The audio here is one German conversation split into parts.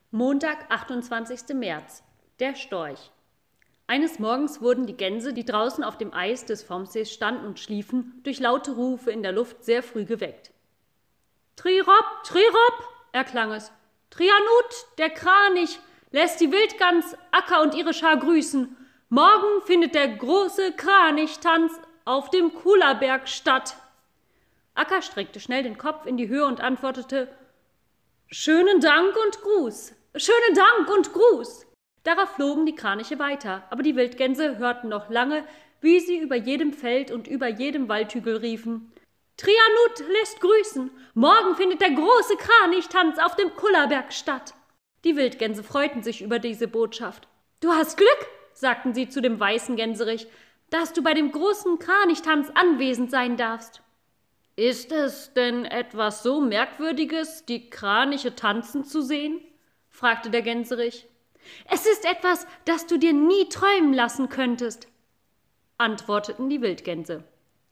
Montag, 28. März. Der Storch. Eines Morgens wurden die Gänse, die draußen auf dem Eis des Vombsees standen und schliefen, durch laute Rufe in der Luft sehr früh geweckt. »Trirop, Trirop«, erklang es. »Trianut, der Kranich, lässt die Wildgans Akka und ihre Schar grüßen. Morgen findet der große Kranichtanz auf dem Kulaberg statt.« Akka streckte schnell den Kopf in die Höhe und antwortete: »Schönen Dank und Gruß! Schönen Dank und Gruß!« Darauf flogen die Kraniche weiter, aber die Wildgänse hörten noch lange, wie sie über jedem Feld und über jedem Waldhügel riefen: »Trianut lässt grüßen! Morgen findet der große Kranichtanz auf dem Kullerberg statt!« Die Wildgänse freuten sich über diese Botschaft. »Du hast Glück«, sagten sie zu dem weißen Gänserich, »dass du bei dem großen Kranichtanz anwesend sein darfst.« »Ist es denn etwas so Merkwürdiges, die Kraniche tanzen zu sehen?« fragte der Gänserich. »Es ist etwas, das du dir nie träumen lassen könntest«, antworteten die Wildgänse.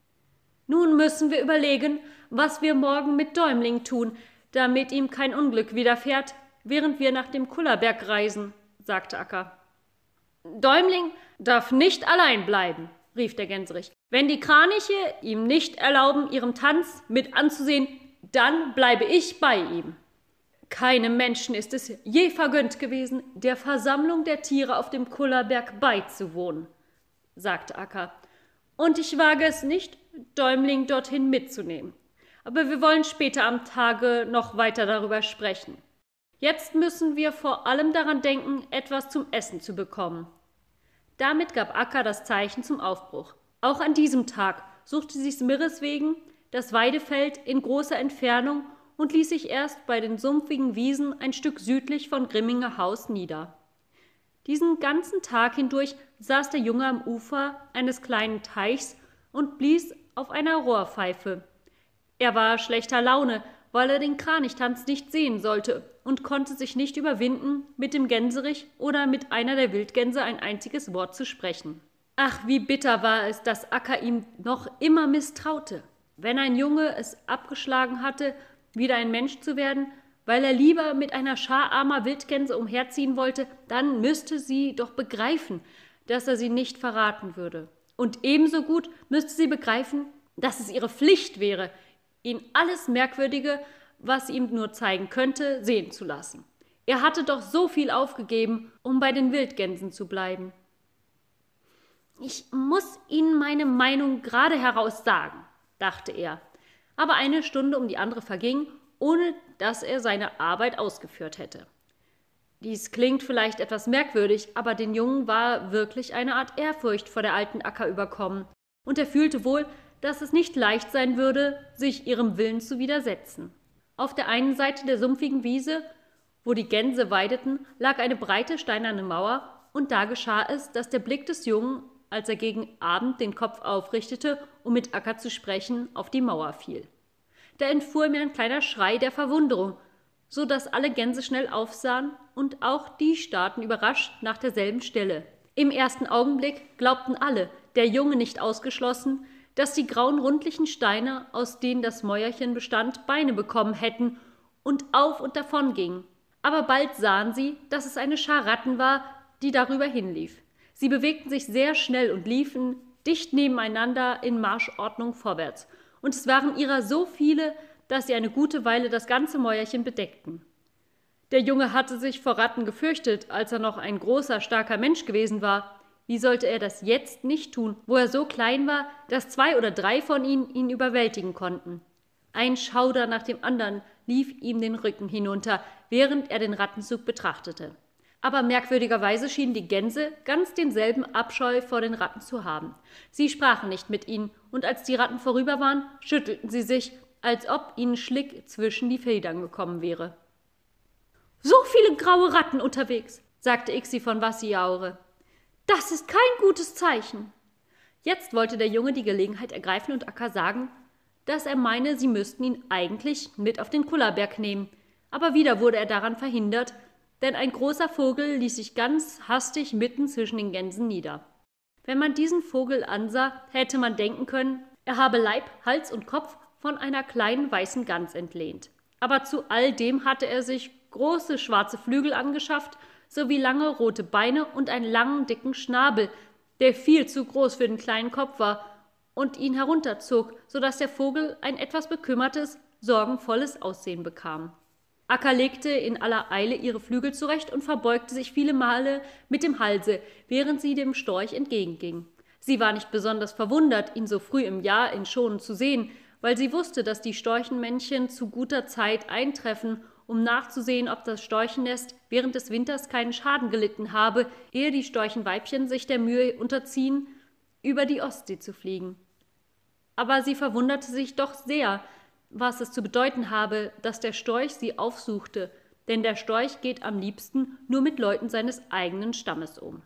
»Nun müssen wir überlegen, was wir morgen mit Däumling tun, damit ihm kein Unglück widerfährt, während wir nach dem Kullerberg reisen«, sagte Akka. »Däumling darf nicht allein bleiben«, rief der Gänserich. »Wenn die Kraniche ihm nicht erlauben, ihrem Tanz mit anzusehen, dann bleibe ich bei ihm.« »Keinem Menschen ist es je vergönnt gewesen, der Versammlung der Tiere auf dem Kullerberg beizuwohnen«, sagte Akka. »Und ich wage es nicht, Däumling dorthin mitzunehmen. Aber wir wollen später am Tage noch weiter darüber sprechen. Jetzt müssen wir vor allem daran denken, etwas zum Essen zu bekommen.« Damit gab Akka das Zeichen zum Aufbruch. Auch an diesem Tag suchte sie Smirres wegen das Weidefeld in großer Entfernung und ließ sich erst bei den sumpfigen Wiesen ein Stück südlich von Grimmingehaus nieder. Diesen ganzen Tag hindurch saß der Junge am Ufer eines kleinen Teichs und blies auf einer Rohrpfeife. Er war schlechter Laune, weil er den Kranichtanz nicht sehen sollte und konnte sich nicht überwinden, mit dem Gänserich oder mit einer der Wildgänse ein einziges Wort zu sprechen. Ach, wie bitter war es, dass Akka ihm noch immer misstraute. Wenn ein Junge es abgeschlagen hatte, wieder ein Mensch zu werden, weil er lieber mit einer Schar armer Wildgänse umherziehen wollte, dann müsste sie doch begreifen, dass er sie nicht verraten würde. Und ebenso gut müsste sie begreifen, dass es ihre Pflicht wäre, ihn alles Merkwürdige, was sie ihm nur zeigen könnte, sehen zu lassen. Er hatte doch so viel aufgegeben, um bei den Wildgänsen zu bleiben. »Ich muss Ihnen meine Meinung gerade heraus sagen«, dachte er. Aber eine Stunde um die andere verging, ohne dass er seine Arbeit ausgeführt hätte. Dies klingt vielleicht etwas merkwürdig, aber den Jungen war wirklich eine Art Ehrfurcht vor der alten Akka überkommen, und er fühlte wohl, dass es nicht leicht sein würde, sich ihrem Willen zu widersetzen. Auf der einen Seite der sumpfigen Wiese, wo die Gänse weideten, lag eine breite steinerne Mauer, und da geschah es, dass der Blick des Jungen, als er gegen Abend den Kopf aufrichtete, um mit Akka zu sprechen, auf die Mauer fiel. Da entfuhr ihm ein kleiner Schrei der Verwunderung, so dass alle Gänse schnell aufsahen, und auch die starrten überrascht nach derselben Stelle. Im ersten Augenblick glaubten alle, der Junge nicht ausgeschlossen, dass die grauen rundlichen Steine, aus denen das Mäuerchen bestand, Beine bekommen hätten und auf und davon gingen. Aber bald sahen sie, dass es eine Schar Ratten war, die darüber hinlief. Sie bewegten sich sehr schnell und liefen dicht nebeneinander in Marschordnung vorwärts. Und es waren ihrer so viele, dass sie eine gute Weile das ganze Mäuerchen bedeckten. Der Junge hatte sich vor Ratten gefürchtet, als er noch ein großer, starker Mensch gewesen war. Wie sollte er das jetzt nicht tun, wo er so klein war, dass 2 oder 3 von ihnen ihn überwältigen konnten? Ein Schauder nach dem anderen lief ihm den Rücken hinunter, während er den Rattenzug betrachtete. Aber merkwürdigerweise schienen die Gänse ganz denselben Abscheu vor den Ratten zu haben. Sie sprachen nicht mit ihnen, und als die Ratten vorüber waren, schüttelten sie sich, als ob ihnen Schlick zwischen die Federn gekommen wäre. »So viele graue Ratten unterwegs«, sagte Ixi von Wassiaure. »Das ist kein gutes Zeichen.« Jetzt wollte der Junge die Gelegenheit ergreifen und Akka sagen, dass er meine, sie müssten ihn eigentlich mit auf den Kullerberg nehmen. Aber wieder wurde er daran verhindert, denn ein großer Vogel ließ sich ganz hastig mitten zwischen den Gänsen nieder. Wenn man diesen Vogel ansah, hätte man denken können, er habe Leib, Hals und Kopf von einer kleinen weißen Gans entlehnt. Aber zu all dem hatte er sich große schwarze Flügel angeschafft, sowie lange rote Beine und einen langen, dicken Schnabel, der viel zu groß für den kleinen Kopf war und ihn herunterzog, so dass der Vogel ein etwas bekümmertes, sorgenvolles Aussehen bekam. Akka legte in aller Eile ihre Flügel zurecht und verbeugte sich viele Male mit dem Halse, während sie dem Storch entgegenging. Sie war nicht besonders verwundert, ihn so früh im Jahr in Schonen zu sehen, weil sie wusste, dass die Storchenmännchen zu guter Zeit eintreffen, um nachzusehen, ob das Storchennest während des Winters keinen Schaden gelitten habe, ehe die Storchenweibchen sich der Mühe unterziehen, über die Ostsee zu fliegen. Aber sie verwunderte sich doch sehr, was es zu bedeuten habe, dass der Storch sie aufsuchte, denn der Storch geht am liebsten nur mit Leuten seines eigenen Stammes um.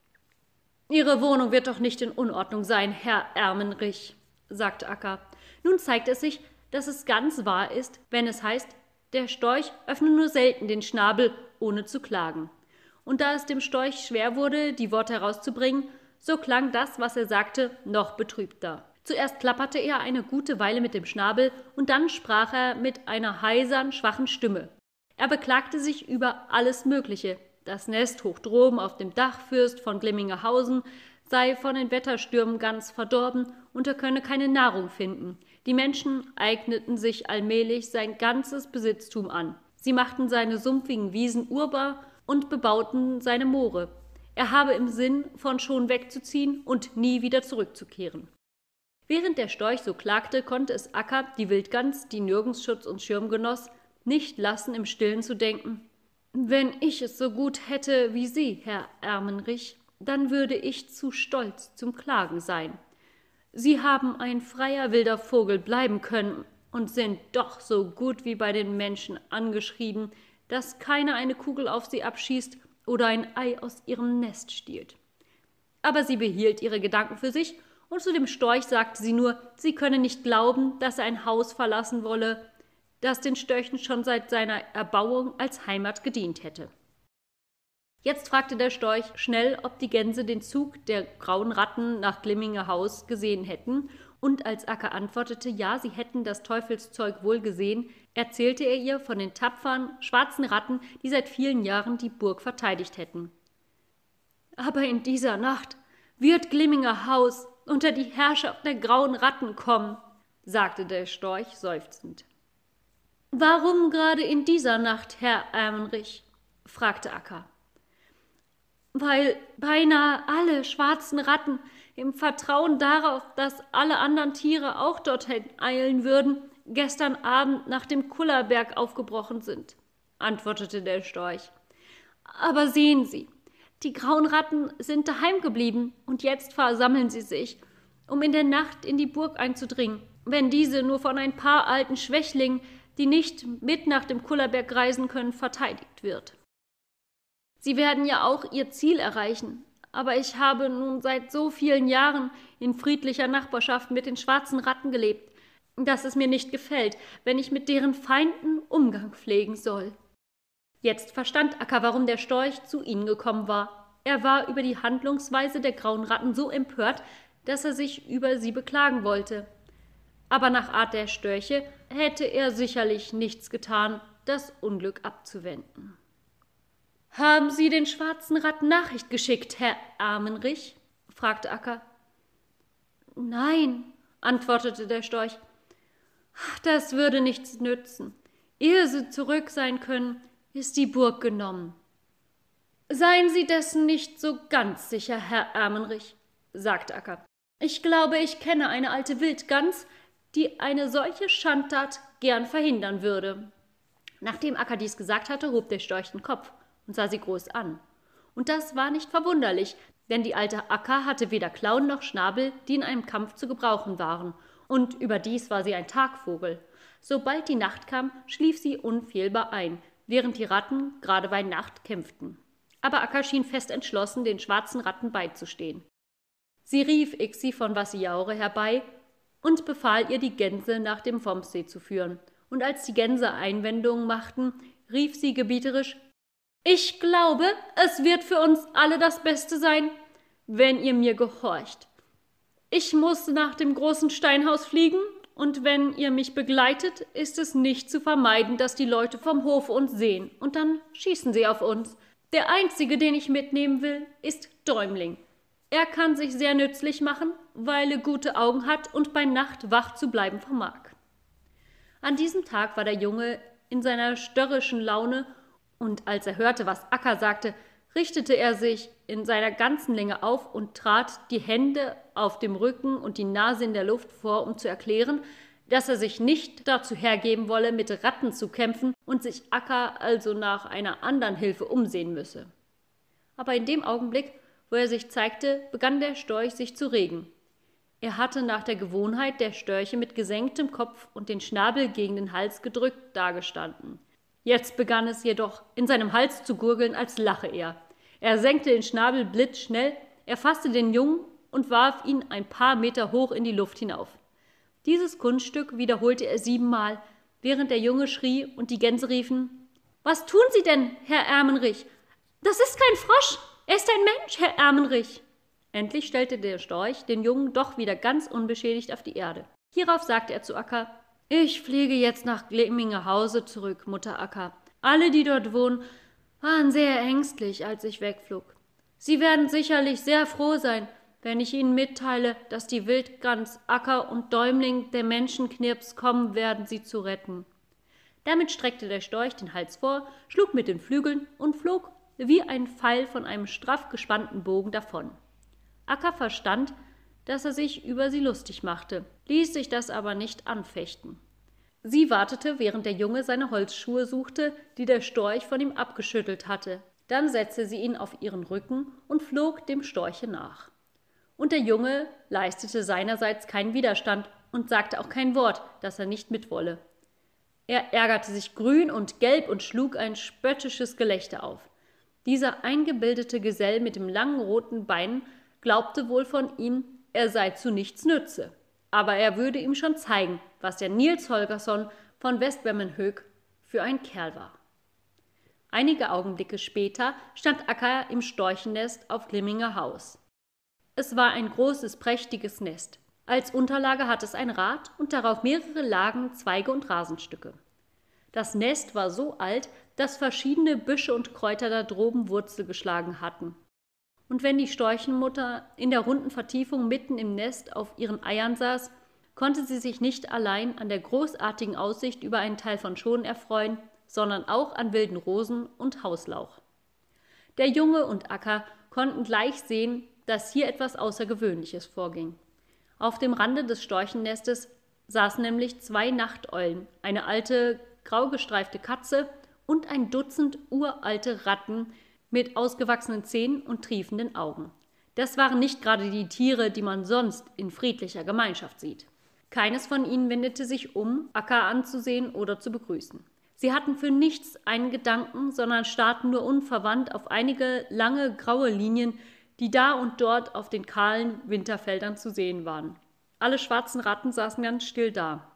»Ihre Wohnung wird doch nicht in Unordnung sein, Herr Ermenrich«, sagte Akka. Nun zeigt es sich, dass es ganz wahr ist, wenn es heißt, der Storch öffne nur selten den Schnabel, ohne zu klagen. Und da es dem Storch schwer wurde, die Worte herauszubringen, so klang das, was er sagte, noch betrübter. Zuerst klapperte er eine gute Weile mit dem Schnabel und dann sprach er mit einer heisern, schwachen Stimme. Er beklagte sich über alles Mögliche. Das Nest hoch droben auf dem Dachfürst von Glimmingerhausen sei von den Wetterstürmen ganz verdorben und er könne keine Nahrung finden. Die Menschen eigneten sich allmählich sein ganzes Besitztum an. Sie machten seine sumpfigen Wiesen urbar und bebauten seine Moore. Er habe im Sinn, von schon wegzuziehen und nie wieder zurückzukehren. Während der Storch so klagte, konnte es Akka, die Wildgans, die nirgends Schutz und Schirm genoss, nicht lassen, im Stillen zu denken: »Wenn ich es so gut hätte wie Sie, Herr Ermenrich, dann würde ich zu stolz zum Klagen sein. Sie haben ein freier wilder Vogel bleiben können und sind doch so gut wie bei den Menschen angeschrieben, dass keiner eine Kugel auf sie abschießt oder ein Ei aus ihrem Nest stiehlt.« Aber sie behielt ihre Gedanken für sich, und zu dem Storch sagte sie nur, sie könne nicht glauben, dass er ein Haus verlassen wolle, das den Störchen schon seit seiner Erbauung als Heimat gedient hätte. Jetzt fragte der Storch schnell, ob die Gänse den Zug der grauen Ratten nach Glimmingerhaus gesehen hätten, und als Akka antwortete, ja, sie hätten das Teufelszeug wohl gesehen, erzählte er ihr von den tapferen, schwarzen Ratten, die seit vielen Jahren die Burg verteidigt hätten. »Aber in dieser Nacht wird Glimmingerhaus unter die Herrschaft der grauen Ratten kommen«, sagte der Storch seufzend. »Warum gerade in dieser Nacht, Herr Ermenrich?« fragte Akka. »Weil beinahe alle schwarzen Ratten im Vertrauen darauf, dass alle anderen Tiere auch dorthin eilen würden, gestern Abend nach dem Kullerberg aufgebrochen sind«, antwortete der Storch. »Aber sehen Sie, die grauen Ratten sind daheim geblieben und jetzt versammeln sie sich, um in der Nacht in die Burg einzudringen, wenn diese nur von ein paar alten Schwächlingen, die nicht mit nach dem Kullerberg reisen können, verteidigt wird. Sie werden ja auch ihr Ziel erreichen, aber ich habe nun seit so vielen Jahren in friedlicher Nachbarschaft mit den schwarzen Ratten gelebt, dass es mir nicht gefällt, wenn ich mit deren Feinden Umgang pflegen soll.« Jetzt verstand Akka, warum der Storch zu ihnen gekommen war. Er war über die Handlungsweise der grauen Ratten so empört, dass er sich über sie beklagen wollte. Aber nach Art der Störche hätte er sicherlich nichts getan, das Unglück abzuwenden. »Haben Sie den schwarzen Ratten Nachricht geschickt, Herr Ermenrich?« fragte Akka. »Nein«, antwortete der Storch. »Das würde nichts nützen. Ehe sie zurück sein können, ist die Burg genommen.« »Seien Sie dessen nicht so ganz sicher, Herr Ermenrich«, sagte Akka. »Ich glaube, ich kenne eine alte Wildgans, die eine solche Schandtat gern verhindern würde.« Nachdem Akka dies gesagt hatte, hob der Storch den Kopf und sah sie groß an. Und das war nicht verwunderlich, denn die alte Akka hatte weder Klauen noch Schnabel, die in einem Kampf zu gebrauchen waren, und überdies war sie ein Tagvogel. Sobald die Nacht kam, schlief sie unfehlbar ein, während die Ratten gerade bei Nacht kämpften. Aber Akka schien fest entschlossen, den schwarzen Ratten beizustehen. Sie rief Ixi von Vassiaure herbei und befahl ihr, die Gänse nach dem Vomsee zu führen. Und als die Gänse Einwendungen machten, rief sie gebieterisch: »Ich glaube, es wird für uns alle das Beste sein, wenn ihr mir gehorcht. Ich muss nach dem großen Steinhaus fliegen und wenn ihr mich begleitet, ist es nicht zu vermeiden, dass die Leute vom Hof uns sehen, und dann schießen sie auf uns. Der einzige, den ich mitnehmen will, ist Däumling. Er kann sich sehr nützlich machen, weil er gute Augen hat und bei Nacht wach zu bleiben vermag. An diesem Tag war der Junge in seiner störrischen Laune, und als er hörte, was Akka sagte, richtete er sich in seiner ganzen Länge auf und trat die Hände auf dem Rücken und die Nase in der Luft vor, um zu erklären, dass er sich nicht dazu hergeben wolle, mit Ratten zu kämpfen und sich Akka also nach einer anderen Hilfe umsehen müsse. Aber in dem Augenblick, wo er sich zeigte, begann der Storch sich zu regen. Er hatte nach der Gewohnheit der Störche mit gesenktem Kopf und den Schnabel gegen den Hals gedrückt dagestanden. Jetzt begann es jedoch, in seinem Hals zu gurgeln, als lache er. Er senkte den Schnabel blitzschnell, er fasste den Jungen und warf ihn ein paar Meter hoch in die Luft hinauf. Dieses Kunststück wiederholte er 7-mal, während der Junge schrie und die Gänse riefen: »Was tun Sie denn, Herr Ermenrich? Das ist kein Frosch, er ist ein Mensch, Herr Ermenrich!« Endlich stellte der Storch den Jungen doch wieder ganz unbeschädigt auf die Erde. Hierauf sagte er zu Akka: »Ich fliege jetzt nach Glimmingerhause zurück, Mutter Akka. Alle, die dort wohnen, waren sehr ängstlich, als ich wegflog. Sie werden sicherlich sehr froh sein, wenn ich ihnen mitteile, dass die Wildgans Akka und Däumling, der Menschenknirps, kommen werden, sie zu retten.« Damit streckte der Storch den Hals vor, schlug mit den Flügeln und flog wie ein Pfeil von einem straff gespannten Bogen davon. Akka verstand, dass er sich über sie lustig machte, ließ sich das aber nicht anfechten. Sie wartete, während der Junge seine Holzschuhe suchte, die der Storch von ihm abgeschüttelt hatte. Dann setzte sie ihn auf ihren Rücken und flog dem Storche nach. Und der Junge leistete seinerseits keinen Widerstand und sagte auch kein Wort, dass er nicht mitwolle. Er ärgerte sich grün und gelb und schlug ein spöttisches Gelächter auf. Dieser eingebildete Gesell mit dem langen roten Bein glaubte wohl von ihm, er sei zu nichts nütze. Aber er würde ihm schon zeigen, was der Niels Holgersson von Westvemmenhög für ein Kerl war. Einige Augenblicke später stand Akka im Storchennest auf Glimminger Haus. Es war ein großes, prächtiges Nest. Als Unterlage hatte es ein Rad und darauf mehrere Lagen, Zweige und Rasenstücke. Das Nest war so alt, dass verschiedene Büsche und Kräuter da droben Wurzel geschlagen hatten. Und wenn die Storchenmutter in der runden Vertiefung mitten im Nest auf ihren Eiern saß, konnte sie sich nicht allein an der großartigen Aussicht über einen Teil von Schonen erfreuen, sondern auch an wilden Rosen und Hauslauch. Der Junge und Akka konnten gleich sehen, dass hier etwas Außergewöhnliches vorging. Auf dem Rande des Storchennestes saßen nämlich 2 Nachteulen, eine alte, graugestreifte Katze und ein Dutzend uralte Ratten mit ausgewachsenen Zähnen und triefenden Augen. Das waren nicht gerade die Tiere, die man sonst in friedlicher Gemeinschaft sieht. Keines von ihnen wendete sich um, Akka anzusehen oder zu begrüßen. Sie hatten für nichts einen Gedanken, sondern starrten nur unverwandt auf einige lange graue Linien, die da und dort auf den kahlen Winterfeldern zu sehen waren. Alle schwarzen Ratten saßen ganz still da.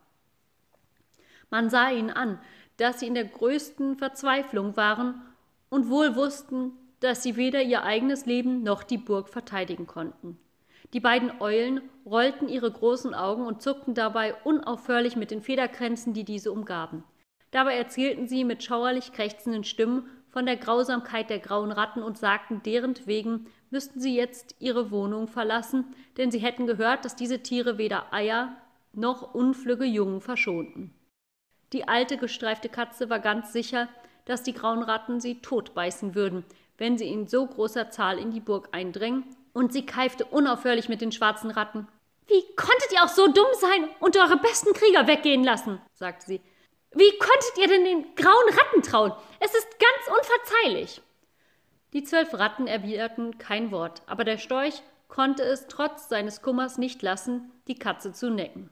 Man sah ihnen an, dass sie in der größten Verzweiflung waren und wohl wussten, dass sie weder ihr eigenes Leben noch die Burg verteidigen konnten. Die beiden Eulen rollten ihre großen Augen und zuckten dabei unaufhörlich mit den Federkränzen, die diese umgaben. Dabei erzählten sie mit schauerlich krächzenden Stimmen von der Grausamkeit der grauen Ratten und sagten, derentwegen müssten sie jetzt ihre Wohnung verlassen, denn sie hätten gehört, dass diese Tiere weder Eier noch unflügge Jungen verschonten. Die alte, gestreifte Katze war ganz sicher, dass die grauen Ratten sie totbeißen würden, wenn sie in so großer Zahl in die Burg eindrängen, und sie keifte unaufhörlich mit den schwarzen Ratten. »Wie konntet ihr auch so dumm sein und eure besten Krieger weggehen lassen?« sagte sie. »Wie konntet ihr denn den grauen Ratten trauen? Es ist ganz unverzeihlich!« Die 12 Ratten erwiderten kein Wort, aber der Storch konnte es trotz seines Kummers nicht lassen, die Katze zu necken.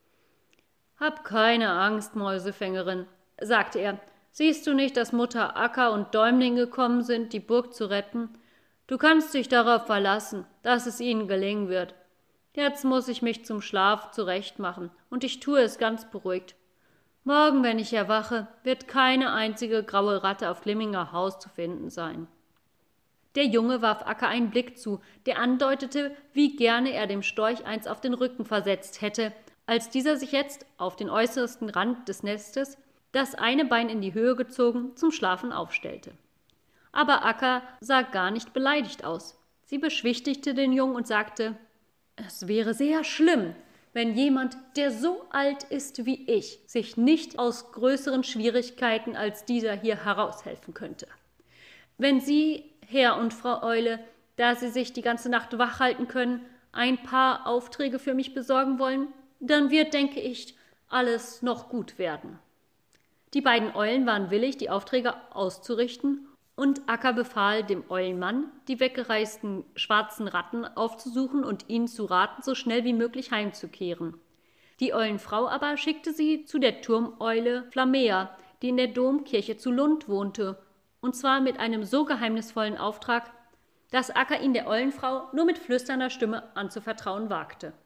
»Hab keine Angst, Mäusefängerin«, sagte er. »Siehst du nicht, dass Mutter Akka und Däumling gekommen sind, die Burg zu retten? Du kannst dich darauf verlassen, dass es ihnen gelingen wird. Jetzt muss ich mich zum Schlaf zurechtmachen, und ich tue es ganz beruhigt. Morgen, wenn ich erwache, wird keine einzige graue Ratte auf Glimminger Haus zu finden sein.« Der Junge warf Akka einen Blick zu, der andeutete, wie gerne er dem Storch eins auf den Rücken versetzt hätte, Als dieser sich jetzt auf den äußersten Rand des Nestes, das eine Bein in die Höhe gezogen, zum Schlafen aufstellte. Aber Akka sah gar nicht beleidigt aus. Sie beschwichtigte den Jungen und sagte: »Es wäre sehr schlimm, wenn jemand, der so alt ist wie ich, sich nicht aus größeren Schwierigkeiten als dieser hier heraushelfen könnte. Wenn Sie, Herr und Frau Eule, da Sie sich die ganze Nacht wach halten können, ein paar Aufträge für mich besorgen wollen, dann wird, denke ich, alles noch gut werden.« Die beiden Eulen waren willig, die Aufträge auszurichten, und Akka befahl dem Eulenmann, die weggereisten schwarzen Ratten aufzusuchen und ihnen zu raten, so schnell wie möglich heimzukehren. Die Eulenfrau aber schickte sie zu der Turmeule Flammea, die in der Domkirche zu Lund wohnte, und zwar mit einem so geheimnisvollen Auftrag, dass Akka ihn der Eulenfrau nur mit flüsternder Stimme anzuvertrauen wagte.